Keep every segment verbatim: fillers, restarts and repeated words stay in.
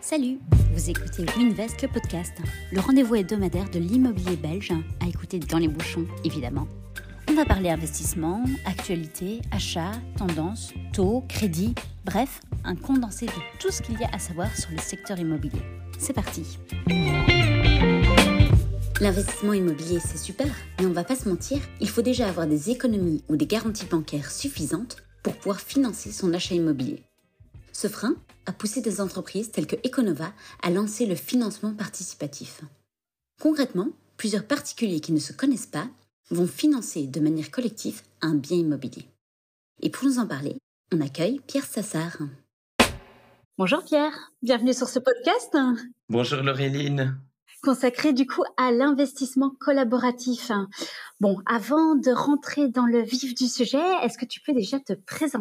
Salut, vous écoutez Winvest, le podcast, le rendez-vous hebdomadaire de l'immobilier belge, à écouter dans les bouchons, évidemment. On va parler investissement, actualité, achat, tendance, taux, crédit, bref, un condensé de tout ce qu'il y a à savoir sur le secteur immobilier. C'est parti. L'investissement immobilier, c'est super, mais on va pas se mentir, il faut déjà avoir des économies ou des garanties bancaires suffisantes pour pouvoir financer son achat immobilier. Ce frein a poussé des entreprises telles que Econova à lancer le financement participatif. Concrètement, plusieurs particuliers qui ne se connaissent pas vont financer de manière collective un bien immobilier. Et pour nous en parler, on accueille Pierre Sassard. Bonjour Pierre, bienvenue sur ce podcast. Bonjour Laureline. Consacré du coup à l'investissement collaboratif. Bon, avant de rentrer dans le vif du sujet, est-ce que tu peux déjà te présenter ?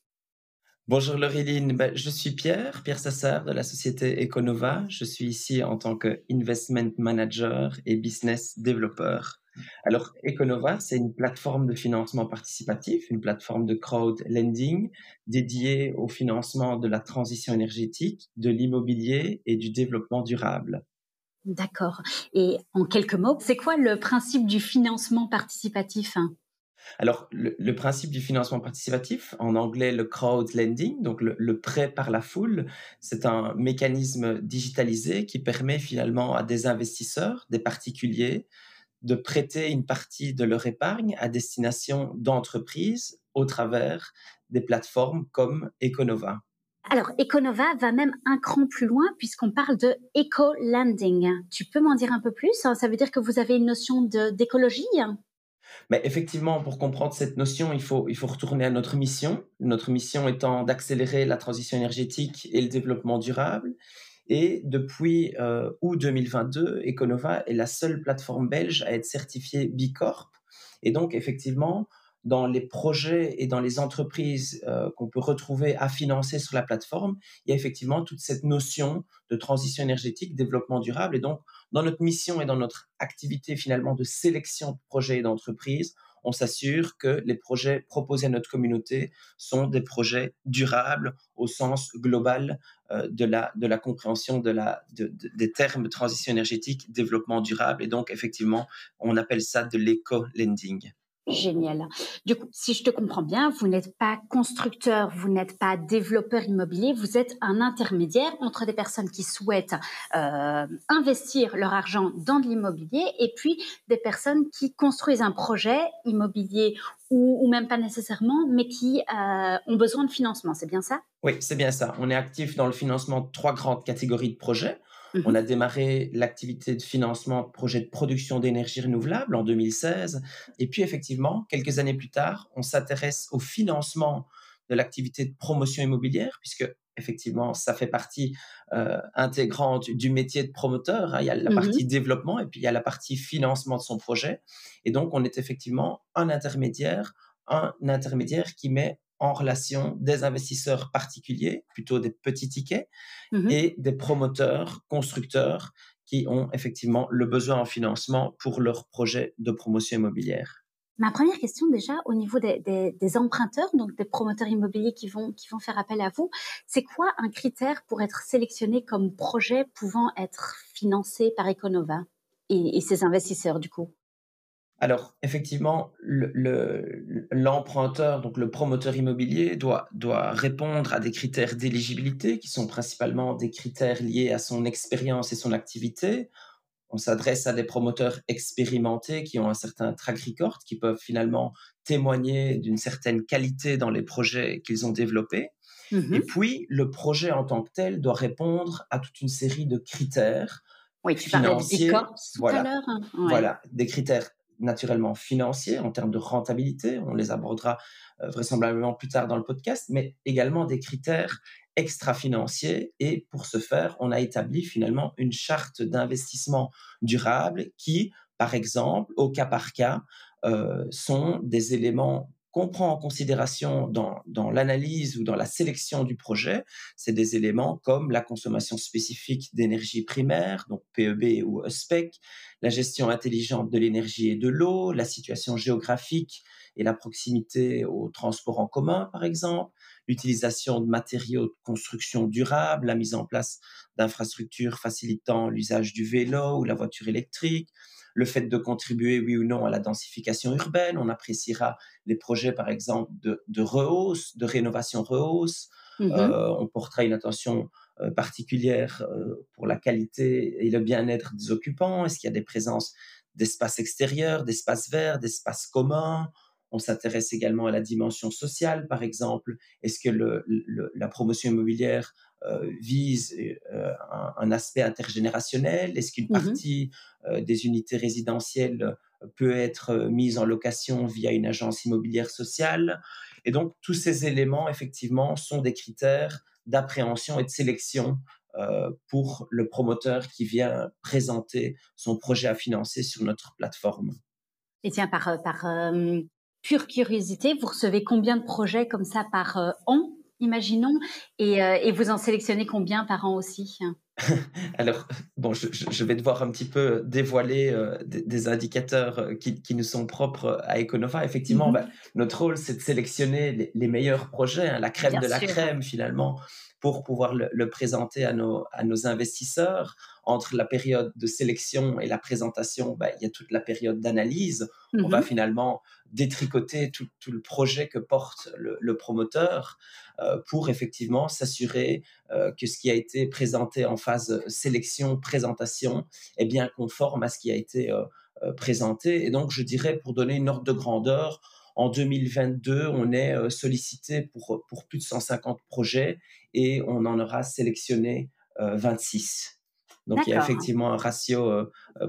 Bonjour Laureline, ben, je suis Pierre, Pierre Sassard de la société Econova. Je suis ici en tant que Investment Manager et Business Developer. Alors Econova, c'est une plateforme de financement participatif, une plateforme de crowd lending dédiée au financement de la transition énergétique, de l'immobilier et du développement durable. D'accord. Et en quelques mots, c'est quoi le principe du financement participatif ? Alors, le, le principe du financement participatif, en anglais le crowd lending, donc le, le prêt par la foule, c'est un mécanisme digitalisé qui permet finalement à des investisseurs, des particuliers, de prêter une partie de leur épargne à destination d'entreprises au travers des plateformes comme Econova. Alors, Econova va même un cran plus loin puisqu'on parle de éco-lending. Tu peux m'en dire un peu plus ? Ça veut dire que vous avez une notion de, d'écologie ? Mais effectivement, pour comprendre cette notion, il faut, il faut retourner à notre mission. Notre mission étant d'accélérer la transition énergétique et le développement durable. Et depuis euh, août deux mille vingt-deux, Econova est la seule plateforme belge à être certifiée B Corp. Et donc, effectivement, dans les projets et dans les entreprises euh, qu'on peut retrouver à financer sur la plateforme, il y a effectivement toute cette notion de transition énergétique, développement durable. Et donc, dans notre mission et dans notre activité finalement de sélection de projets et d'entreprises, on s'assure que les projets proposés à notre communauté sont des projets durables au sens global euh, de, la, de la compréhension de la, de, de, des termes transition énergétique, développement durable. Et donc, effectivement, on appelle ça de l'éco-lending. Génial. Du coup, si je te comprends bien, vous n'êtes pas constructeur, vous n'êtes pas développeur immobilier, vous êtes un intermédiaire entre des personnes qui souhaitent euh, investir leur argent dans de l'immobilier et puis des personnes qui construisent un projet immobilier ou, ou même pas nécessairement, mais qui euh, ont besoin de financement. C'est bien ça ? Oui, c'est bien ça. On est actif dans le financement de trois grandes catégories de projets. Mmh. On a démarré l'activité de financement de projets de production d'énergie renouvelable en deux mille seize. Et puis, effectivement, quelques années plus tard, on s'intéresse au financement de l'activité de promotion immobilière, puisque, effectivement, ça fait partie euh, intégrante du métier de promoteur. Hein. Il y a la mmh. partie développement et puis il y a la partie financement de son projet. Et donc, on est effectivement un intermédiaire, un intermédiaire qui met en relation des investisseurs particuliers, plutôt des petits tickets, mmh. et des promoteurs, constructeurs qui ont effectivement le besoin en financement pour leur projet de promotion immobilière. Ma première question déjà, au niveau des, des, des emprunteurs, donc des promoteurs immobiliers qui vont, qui vont faire appel à vous, c'est quoi un critère pour être sélectionné comme projet pouvant être financé par Econova et, et ses investisseurs du coup ? Alors, effectivement, le, le, l'emprunteur, donc le promoteur immobilier, doit, doit répondre à des critères d'éligibilité qui sont principalement des critères liés à son expérience et son activité. On s'adresse à des promoteurs expérimentés qui ont un certain track record, qui peuvent finalement témoigner d'une certaine qualité dans les projets qu'ils ont développés. Mmh. Et puis, le projet en tant que tel doit répondre à toute une série de critères oui, tu financiers. Parlais de Bicorp tout voilà, à l'heure. Hein. Ouais. Voilà, des critères naturellement financiers en termes de rentabilité, on les abordera euh, vraisemblablement plus tard dans le podcast, mais également des critères extra-financiers. Et pour ce faire, on a établi finalement une charte d'investissement durable qui, par exemple, au cas par cas, euh, sont des éléments qu'on prend en considération dans, dans l'analyse ou dans la sélection du projet. C'est des éléments comme la consommation spécifique d'énergie primaire, donc P E B ou E S P E C, la gestion intelligente de l'énergie et de l'eau, la situation géographique et la proximité au transport en commun, par exemple, l'utilisation de matériaux de construction durables, la mise en place d'infrastructures facilitant l'usage du vélo ou la voiture électrique, le fait de contribuer, oui ou non, à la densification urbaine. On appréciera les projets, par exemple, de, de rehausse, de rénovation rehausse. Mhm. Euh, on portera une attention euh, particulière euh, pour la qualité et le bien-être des occupants. Est-ce qu'il y a des présences d'espaces extérieurs, d'espaces verts, d'espaces communs? On s'intéresse également à la dimension sociale, par exemple. Est-ce que le, le, la promotion immobilière euh, vise euh, un, un aspect intergénérationnel? Est-ce qu'une Mhm. partie euh, des unités résidentielles peut être mise en location via une agence immobilière sociale? Et donc, tous ces éléments, effectivement, sont des critères d'appréhension et de sélection euh, pour le promoteur qui vient présenter son projet à financer sur notre plateforme. Et tiens, par, euh, par euh, pure curiosité, vous recevez combien de projets comme ça par euh, an, imaginons, et, euh, et vous en sélectionnez combien par an aussi? Alors, bon, je, je, vais devoir un petit peu dévoiler euh, des, des, indicateurs euh, qui, qui nous sont propres à Econova. Effectivement, Mhm. bah, notre rôle, c'est de sélectionner les, les meilleurs projets, hein, la crème Bien de la sûr. crème, finalement, pour pouvoir le, le présenter à nos, à nos investisseurs. Entre la période de sélection et la présentation, bah, il y a toute la période d'analyse. On va Mhm. finalement détricoter tout, tout le projet que porte le, le promoteur euh, pour effectivement s'assurer euh, que ce qui a été présenté en phase sélection, présentation est bien conforme à ce qui a été euh, euh, présenté. Et donc, je dirais, pour donner une ordre de grandeur, en deux mille vingt-deux, on est euh, sollicité pour, pour plus de cent cinquante projets et on en aura sélectionné euh, vingt-six. Donc, il y a D'accord. effectivement un ratio euh, euh,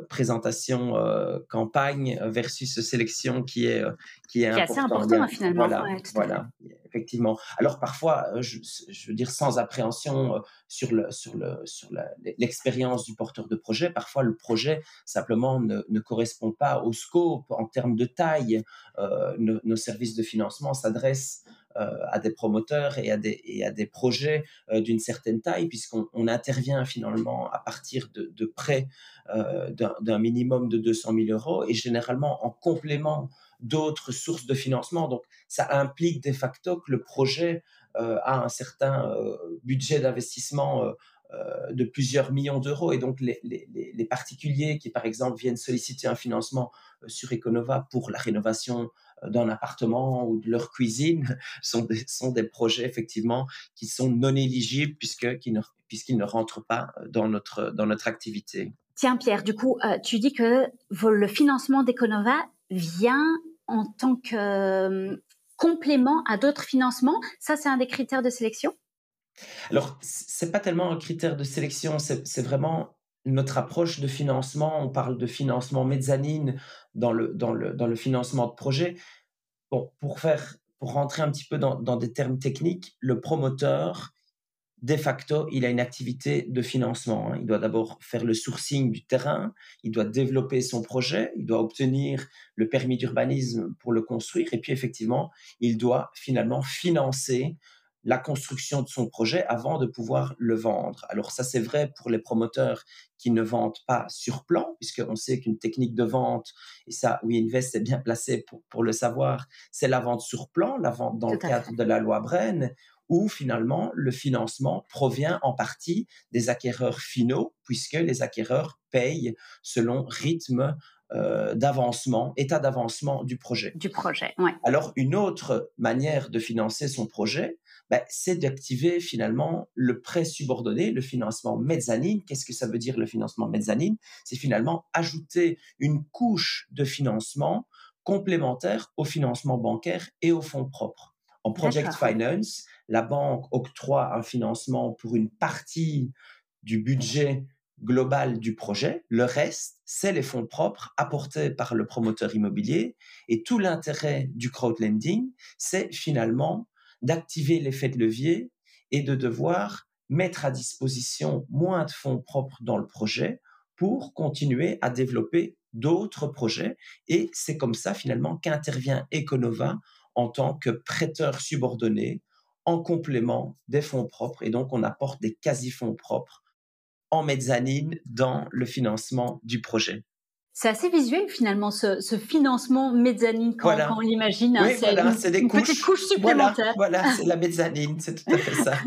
présentation-campagne euh, versus sélection qui est, euh, qui est Qui est assez important. Il y important, a, hein, finalement. voilà, Ouais, tout à fait. voilà, effectivement. Alors, parfois, euh, je, je veux dire, sans appréhension euh, sur, le, sur, le, sur la, l'expérience du porteur de projet, parfois le projet simplement ne, ne correspond pas au scope en termes de taille. Euh, nos, nos services de financement s'adressent euh, à des promoteurs et à des, et à des projets euh, d'une certaine taille, puisqu'on on intervient finalement à partir de, de prêts euh, d'un, d'un minimum de deux cent mille euros et généralement en complément d'autres sources de financement. Donc, ça implique de facto que le projet euh, a un certain euh, budget d'investissement euh, euh, de plusieurs millions d'euros. Et donc, les, les, les particuliers qui, par exemple, viennent solliciter un financement euh, sur Econova pour la rénovation euh, d'un appartement ou de leur cuisine sont des, sont des projets, effectivement, qui sont non éligibles puisque, qui ne, puisqu'ils ne rentrent pas dans notre, dans notre activité. Tiens, Pierre, du coup, euh, tu dis que le financement d'Econova vient en tant que euh, complément à d'autres financements. Ça, c'est un des critères de sélection? Alors, c'est pas tellement un critère de sélection, c'est, c'est vraiment notre approche de financement. On parle de financement mezzanine dans le, dans le, dans le financement de projet. Bon, pour faire, pour rentrer un petit peu dans, dans des termes techniques, le promoteur, de facto, il a une activité de financement, hein. Il doit d'abord faire le sourcing du terrain, il doit développer son projet, il doit obtenir le permis d'urbanisme pour le construire, et puis effectivement, il doit finalement financer la construction de son projet avant de pouvoir le vendre. Alors ça, c'est vrai pour les promoteurs qui ne vendent pas sur plan, puisqu'on sait qu'une technique de vente, et ça, WeInvest est bien placé pour, pour le savoir, c'est la vente sur plan, la vente dans Tout le à fait. cadre de la loi Bren, où finalement le financement provient en partie des acquéreurs finaux, puisque les acquéreurs payent selon rythme euh, d'avancement, état d'avancement du projet. Du projet, ouais. Alors, une autre manière de financer son projet, ben, c'est d'activer finalement le prêt subordonné, le financement mezzanine. Qu'est-ce que ça veut dire le financement mezzanine? C'est finalement ajouter une couche de financement complémentaire au financement bancaire et aux fonds propres. En project D'accord. finance, la banque octroie un financement pour une partie du budget global du projet. Le reste, c'est les fonds propres apportés par le promoteur immobilier. Et tout l'intérêt du crowdlending, c'est finalement d'activer l'effet de levier et de devoir mettre à disposition moins de fonds propres dans le projet pour continuer à développer d'autres projets. Et c'est comme ça finalement qu'intervient Econova en tant que prêteur subordonné en complément des fonds propres. Et donc, on apporte des quasi-fonds propres en mezzanine dans le financement du projet. C'est assez visuel finalement ce ce financement mezzanine quand quand on Voilà. l'imagine, hein, Oui, c'est voilà, une c'est des une petite couches. couche Voilà, supplémentaire. voilà, c'est la mezzanine, c'est tout à fait ça.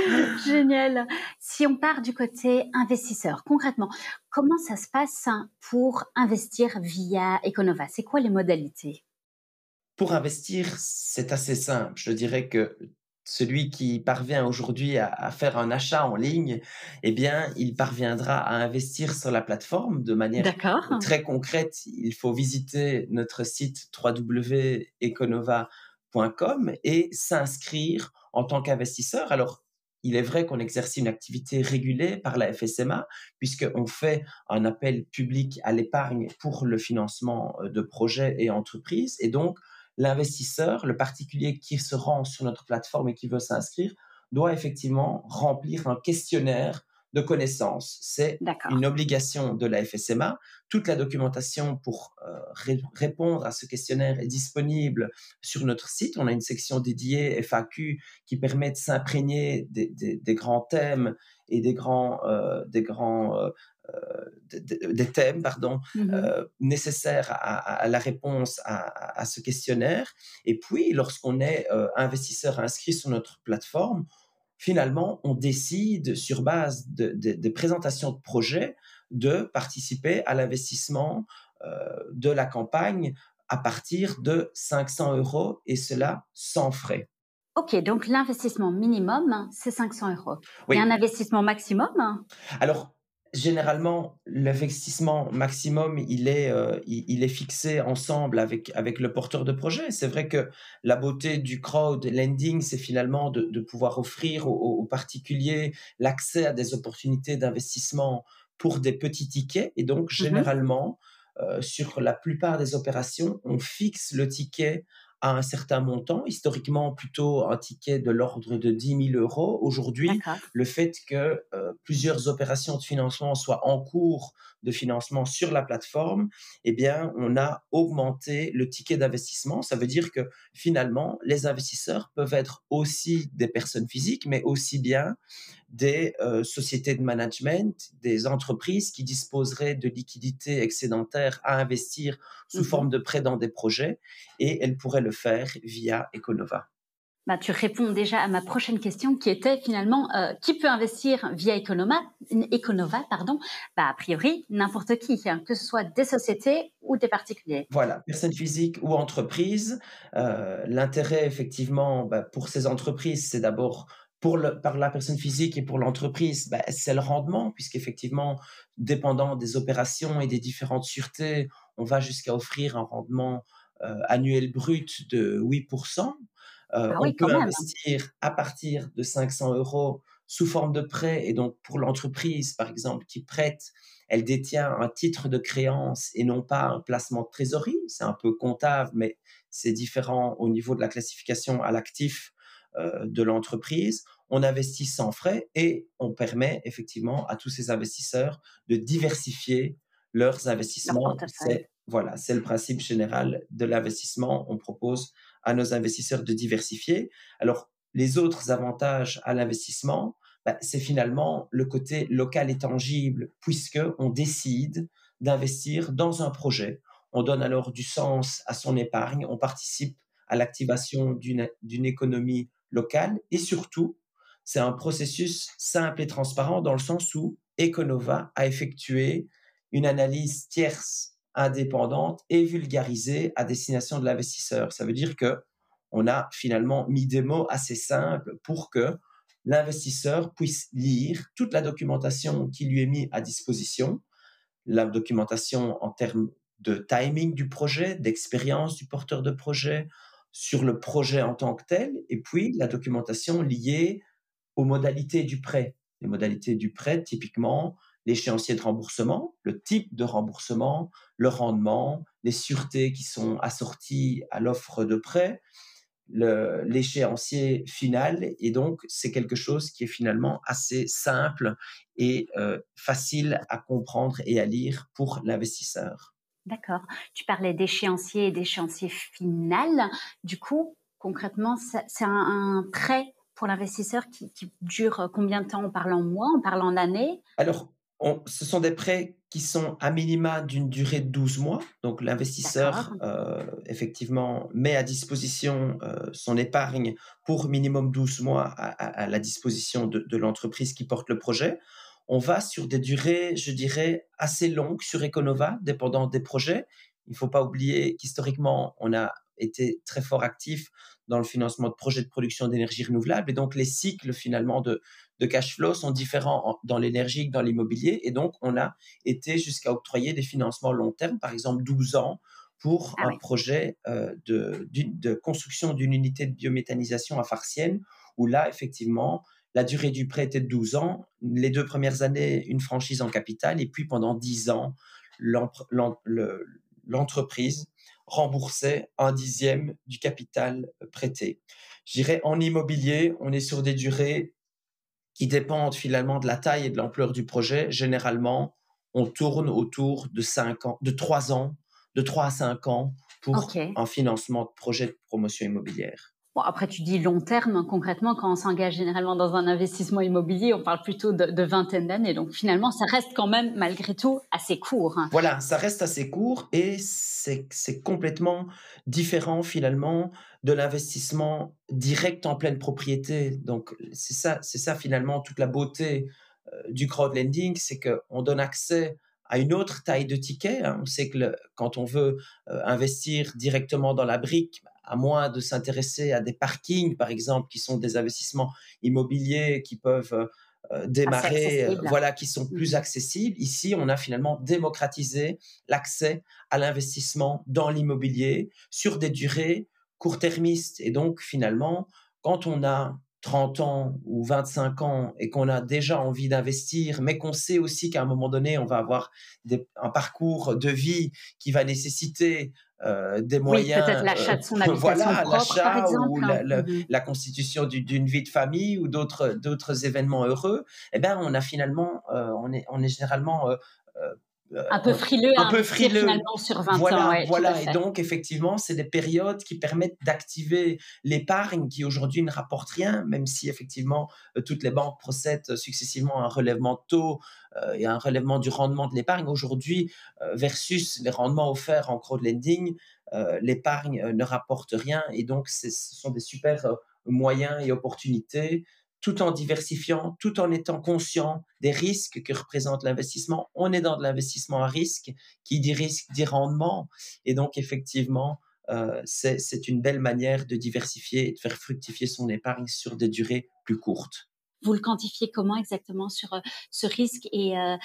Génial. Si on part du côté investisseur, concrètement, comment ça se passe pour investir via Econova? C'est quoi les modalités? Pour investir, c'est assez simple. Je dirais que celui qui parvient aujourd'hui à à faire un achat en ligne, eh bien, il parviendra à investir sur la plateforme de manière D'accord. très concrète. Il faut visiter notre site w w w point econova point com et s'inscrire en tant qu'investisseur. Alors, il est vrai qu'on exerce une activité régulée par la F S M A, puisqu'on fait un appel public à l'épargne pour le financement, heu, de projets et entreprises et donc l'investisseur, le particulier qui se rend sur notre plateforme et qui veut s'inscrire, doit effectivement remplir un questionnaire de connaissances. C'est D'accord. une obligation de la F S M A. Toute la documentation pour euh, ré- répondre à ce questionnaire est disponible sur notre site. On a une section dédiée F A Q qui permet de s'imprégner des, des- des grands thèmes et des grands, euh, des grands euh, euh, des, des- des thèmes pardon, Mmh. euh, nécessaires à, à- à la réponse à, à ce questionnaire. Et puis, lorsqu'on est euh, investisseur inscrit sur notre plateforme, finalement, on décide sur base de, de, de présentations de projets de participer à l'investissement euh, de la campagne à partir de cinq cents euros et cela sans frais. OK, donc l'investissement minimum, c'est cinq cents euros. Il y a un Oui, investissement maximum? alors, généralement, l'investissement maximum, il est, heu, il il est fixé ensemble avec avec le porteur de projet. C'est vrai que la beauté du crowdlending, c'est finalement de de pouvoir offrir aux aux aux particuliers l'accès à des opportunités d'investissement pour des petits tickets et donc Mmh. généralement, heu, sur la plupart des opérations, on fixe le ticket à un certain montant, historiquement plutôt un ticket de l'ordre de dix mille euros. Aujourd'hui, D'accord. le fait que euh, plusieurs opérations de financement soient en cours de financement sur la plateforme, eh bien, on a augmenté le ticket d'investissement. Ça veut dire que finalement, les investisseurs peuvent être aussi des personnes physiques, mais aussi bien des euh, sociétés de management, des entreprises qui disposeraient de liquidités excédentaires à investir sous Mmh. forme de prêts dans des projets, et elles pourraient le faire via Econova. Bah, tu réponds déjà à ma prochaine question qui était finalement, heu, qui peut investir via Economa Econova pardon? Bah, a priori n'importe qui, hein, que ce soit des sociétés ou des particuliers. Voilà, personne physique ou entreprise. Heu, l'intérêt effectivement, bah, pour ces entreprises, c'est d'abord pour le par la personne physique et pour l'entreprise, bah, c'est le rendement puisqu'effectivement, dépendant des opérations et des différentes sûretés, on va jusqu'à offrir un rendement, heu, annuel brut de huit. Heu, Ah on oui, quand peut même. investir à partir de cinq cents euros sous forme de prêt et donc pour l'entreprise, par exemple, qui prête, elle détient un titre de créance et non pas un placement de trésorerie. C'est un peu comptable, mais c'est différent au niveau de la classification à l'actif, heu, de l'entreprise. On investit sans frais et on permet effectivement à tous ces investisseurs de diversifier leurs Leur investissements. portefeuille. C'est voilà, c'est le principe général de l'investissement. On propose à nos investisseurs de diversifier. Alors, les autres avantages à l'investissement, bah, c'est finalement le côté local et tangible, puisqu'on décide d'investir dans un projet. On donne alors du sens à son épargne, on participe à l'activation d'une d'une économie locale et surtout, c'est un processus simple et transparent dans le sens où Econova a effectué une analyse tierce, indépendante et vulgarisée à destination de l'investisseur. Ça veut dire que on a finalement mis des mots assez simples pour que l'investisseur puisse lire toute la documentation qui lui est mise à disposition, la documentation en termes de timing du projet, d'expérience du porteur de projet, sur le projet en tant que tel, et puis la documentation liée aux modalités du prêt. Les modalités du prêt, typiquement, l'échéancier de remboursement, le type de remboursement, le rendement, les sûretés qui sont assorties à l'offre de prêt, le, l'échéancier final. Et donc, c'est quelque chose qui est finalement assez simple et euh, facile à comprendre et à lire pour l'investisseur. D'accord. Tu parlais d'échéancier et d'échéancier final. Du coup, concrètement, ça c'est un un prêt pour l'investisseur qui qui dure combien de temps? On parle en mois? On parle en années? Alors, on, ce sont des prêts qui sont à minima d'une durée de douze mois. Donc D'accord. l'investisseur, euh, effectivement, met à disposition euh, son épargne pour minimum douze mois à, à- à la disposition de, de l'entreprise qui porte le projet. On va sur des durées, je dirais, assez longues sur Econova, dépendant des projets. Il ne faut pas oublier qu'historiquement, on a été très fort actif dans le financement de projets de production d'énergie renouvelable. Et donc, les cycles, finalement, de, de cash flow sont différents en- dans l'énergie que dans l'immobilier. Et donc, on a été jusqu'à octroyer des financements long terme, par exemple douze ans, pour Ah un oui. projet euh, de, d'une- de construction d'une unité de biométhanisation à Farciennes, où là, effectivement, la durée du prêt était de douze ans. Les deux premières années, une franchise en capital. Et puis, pendant dix ans, l'empre- l'en- le- l'entreprise remboursait un dixième du capital prêté. Je dirais en immobilier, on est sur des durées qui dépendent finalement de la taille et de l'ampleur du projet. Généralement, on tourne autour de cinq ans, de trois ans, de trois à cinq ans pour Ok. un financement de projet de promotion immobilière. Bon, après, tu dis long terme. Concrètement, quand on s'engage généralement dans un investissement immobilier, on parle plutôt de, de vingtaine d'années. Donc, finalement, ça reste quand même, malgré tout, assez court, hein. Voilà, ça reste assez court et c'est, c'est complètement différent finalement de l'investissement direct en pleine propriété. Donc, c'est ça, c'est ça finalement toute la beauté euh, du crowdlending, c'est qu'on donne accès à une autre taille de ticket, hein. On sait que le- quand on veut euh, investir directement dans la brique, à moins de s'intéresser à des parkings, par exemple, qui sont des investissements immobiliers qui peuvent euh, euh, Assez démarrer, euh, accessible. voilà, qui sont plus Mhm. accessibles. Ici, on a finalement démocratisé l'accès à l'investissement dans l'immobilier sur des durées court-termistes. Et donc, finalement, quand on a trente ans ou vingt-cinq ans et qu'on a déjà envie d'investir, mais qu'on sait aussi qu'à un moment donné, on va avoir des- un parcours de vie qui va nécessiter euh, des Oui, peut-être moyens, l'achat euh, de son habitation voilà, propre, par l'achat ou exemple. la, la- Mhm. la constitution du- d'une vie de famille ou d'autres d'autres événements heureux, eh ben, on a finalement, euh, on est, on est généralement euh, euh, Un peu on- frileux à un peu investir frileux. finalement sur vingt ans. Voilà, Oui, tout à voilà. Et fait. donc, effectivement, c'est des périodes qui permettent d'activer l'épargne qui aujourd'hui ne rapporte rien, même si effectivement euh, toutes les banques procèdent successivement à un relèvement de taux euh, et à un relèvement du rendement de l'épargne. Aujourd'hui, euh, versus les rendements offerts en crowdlending, euh, l'épargne euh, ne rapporte rien. Et donc, c'est- ce sont des super euh, moyens et opportunités tout en diversifiant, tout en étant conscient des risques que représente l'investissement. On est dans de l'investissement à risque, qui dit risque dit rendement. Et donc, effectivement, euh, c'est, c'est une belle manière de diversifier et de faire fructifier son épargne sur des durées plus courtes. Vous le quantifiez comment exactement sur euh, ce risque et, euh,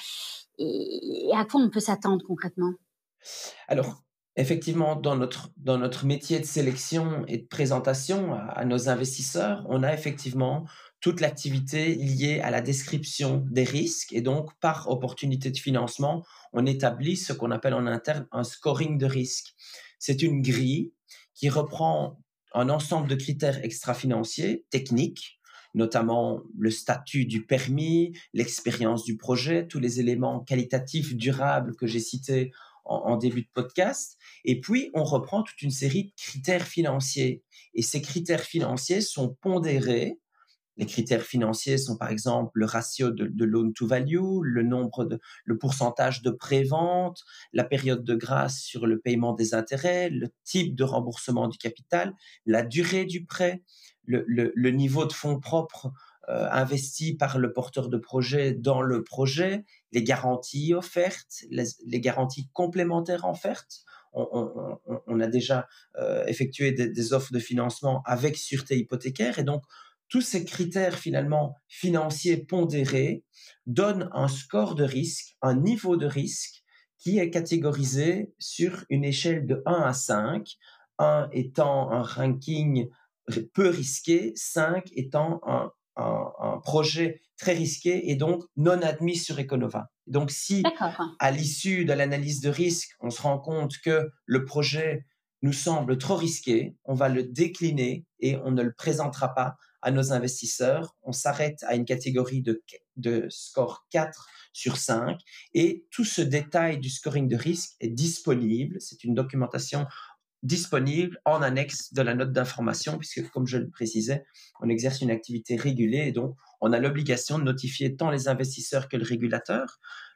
et, et à quoi on peut s'attendre concrètement? Alors, effectivement, dans notre, dans notre métier de sélection et de présentation à, à nos investisseurs, on a effectivement toute l'activité liée à la description des risques et donc, par opportunité de financement, on établit ce qu'on appelle en interne un scoring de risque. C'est une grille qui reprend un ensemble de critères extra-financiers, techniques, notamment le statut du permis, l'expérience du projet, tous les éléments qualitatifs durables que j'ai cités en, en début de podcast. Et puis, on reprend toute une série de critères financiers. Et ces critères financiers sont pondérés. Les critères financiers sont par exemple le ratio de, de loan to value, le nombre de, le pourcentage de prévente, la période de grâce sur le paiement des intérêts, le type de remboursement du capital, la durée du prêt, le, le, le niveau de fonds propres euh, investis par le porteur de projet dans le projet, les garanties offertes, les, les garanties complémentaires offertes. On, on, on a déjà euh, effectué des, des offres de financement avec sûreté hypothécaire et donc tous ces critères finalement financiers pondérés donnent un score de risque, un niveau de risque qui est catégorisé sur une échelle de un à cinq, un étant un ranking peu risqué, cinq étant un, un, un projet très risqué et donc non admis sur Econova. Donc si D'accord. à l'issue de l'analyse de risque, on se rend compte que le projet nous semble trop risqué, on va le décliner et on ne le présentera pas à nos investisseurs. On s'arrête à une catégorie de, de score quatre sur cinq et tout ce détail du scoring de risque est disponible. C'est une documentation disponible en annexe de la note d'information puisque, comme je le précisais, on exerce une activité régulée et donc on a l'obligation de notifier tant les investisseurs que le régulateur.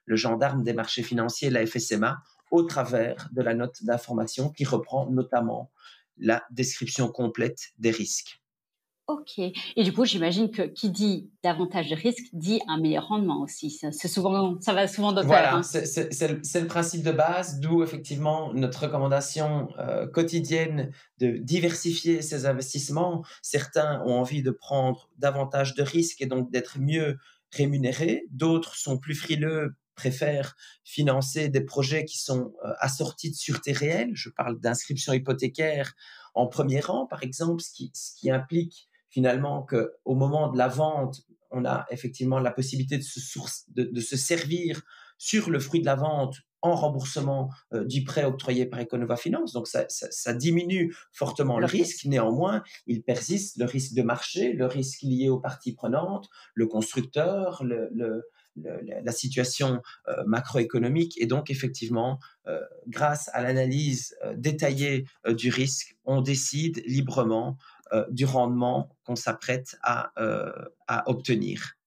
le gendarme des marchés financiers, la F S M A, au travers de la note d'information qui reprend notamment la description complète des risques. Ok. Et du coup, j'imagine que qui dit davantage de risques dit un meilleur rendement aussi. Ça, c'est souvent, ça va souvent de pair. Voilà, Hein. c'est, c'est, c'est, le, c'est le principe de base, d'où effectivement notre recommandation euh, quotidienne de diversifier ses investissements. Certains ont envie de prendre davantage de risques et donc d'être mieux rémunérés. D'autres sont plus frileux, préfèrent financer des projets qui sont euh, assortis de sûreté réelle. Je parle d'inscription hypothécaire en premier rang, par exemple, ce qui, ce qui implique finalement qu'au moment de la vente, on a effectivement la possibilité de se, source, de, de se servir sur le fruit de la vente en remboursement euh, du prêt octroyé par Econova Finance. Donc, ça, ça, ça diminue fortement le, le risque. risque. Néanmoins, il persiste le risque de marché, le risque lié aux parties prenantes, le constructeur, le, le, le, la situation euh, macroéconomique. Et donc, effectivement, euh, grâce à l'analyse euh, détaillée euh, du risque, on décide librement Euh, du rendement qu'on s'apprête à, euh, à obtenir.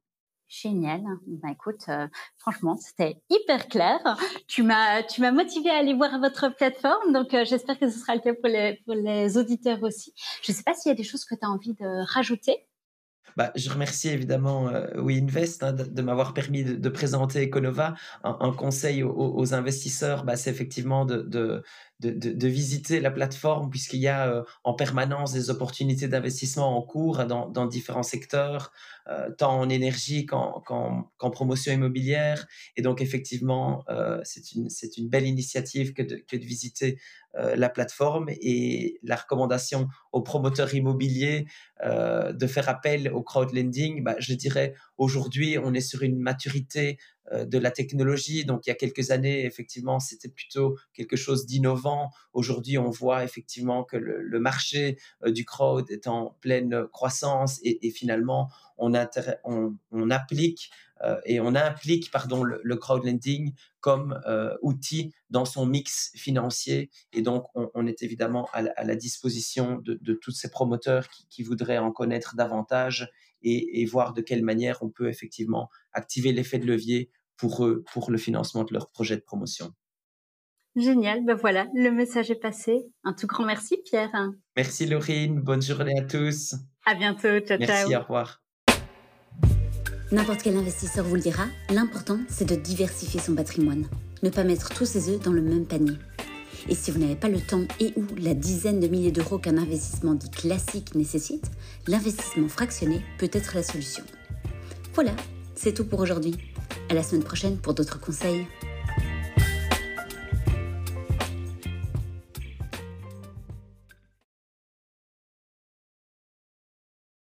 Génial. Ben, écoute, euh, franchement, c'était hyper clair. Tu m'as, tu m'as motivé à aller voir votre plateforme, donc euh, j'espère que ce sera le cas pour les, pour les auditeurs aussi. Je ne sais pas s'il y a des choses que tu as envie de rajouter. Bah, je remercie évidemment euh, WeInvest hein, de, de m'avoir permis de, de présenter Econova. Un, un conseil aux, aux investisseurs, bah, c'est effectivement de, de, de, de, de visiter la plateforme puisqu'il y a euh, en permanence des opportunités d'investissement en cours dans, dans différents secteurs, euh, tant en énergie qu'en, qu'en, qu'en promotion immobilière. Et donc effectivement, euh, c'est, une, c'est une belle initiative que de, que de visiter euh, la plateforme et la recommandation aux promoteurs immobiliers euh, de faire appel au crowdlending. Bah, je dirais aujourd'hui, on est sur une maturité euh, de la technologie. Donc, il y a quelques années, effectivement, c'était plutôt quelque chose d'innovant. Aujourd'hui, on voit effectivement que le, le marché euh, du crowd est en pleine croissance et, et finalement, on, inter- on, on applique euh, et on implique pardon, le, le crowdlending comme euh, outil dans son mix financier. Et donc, on, on est évidemment à la, à la disposition de, de tous ces promoteurs qui, qui voudraient en connaître davantage et, et voir de quelle manière on peut effectivement activer l'effet de levier pour eux, pour le financement de leur projet de promotion. Génial, ben voilà, le message est passé. Un tout grand merci, Pierre. Merci, Laurine. Bonne journée à tous. À bientôt. Ciao, merci, ciao. Au revoir. N'importe quel investisseur vous le dira, l'important, c'est de diversifier son patrimoine. Ne pas mettre tous ses œufs dans le même panier. Et si vous n'avez pas le temps et ou la dizaine de milliers d'euros qu'un investissement dit classique nécessite, l'investissement fractionné peut être la solution. Voilà, c'est tout pour aujourd'hui. À la semaine prochaine pour d'autres conseils.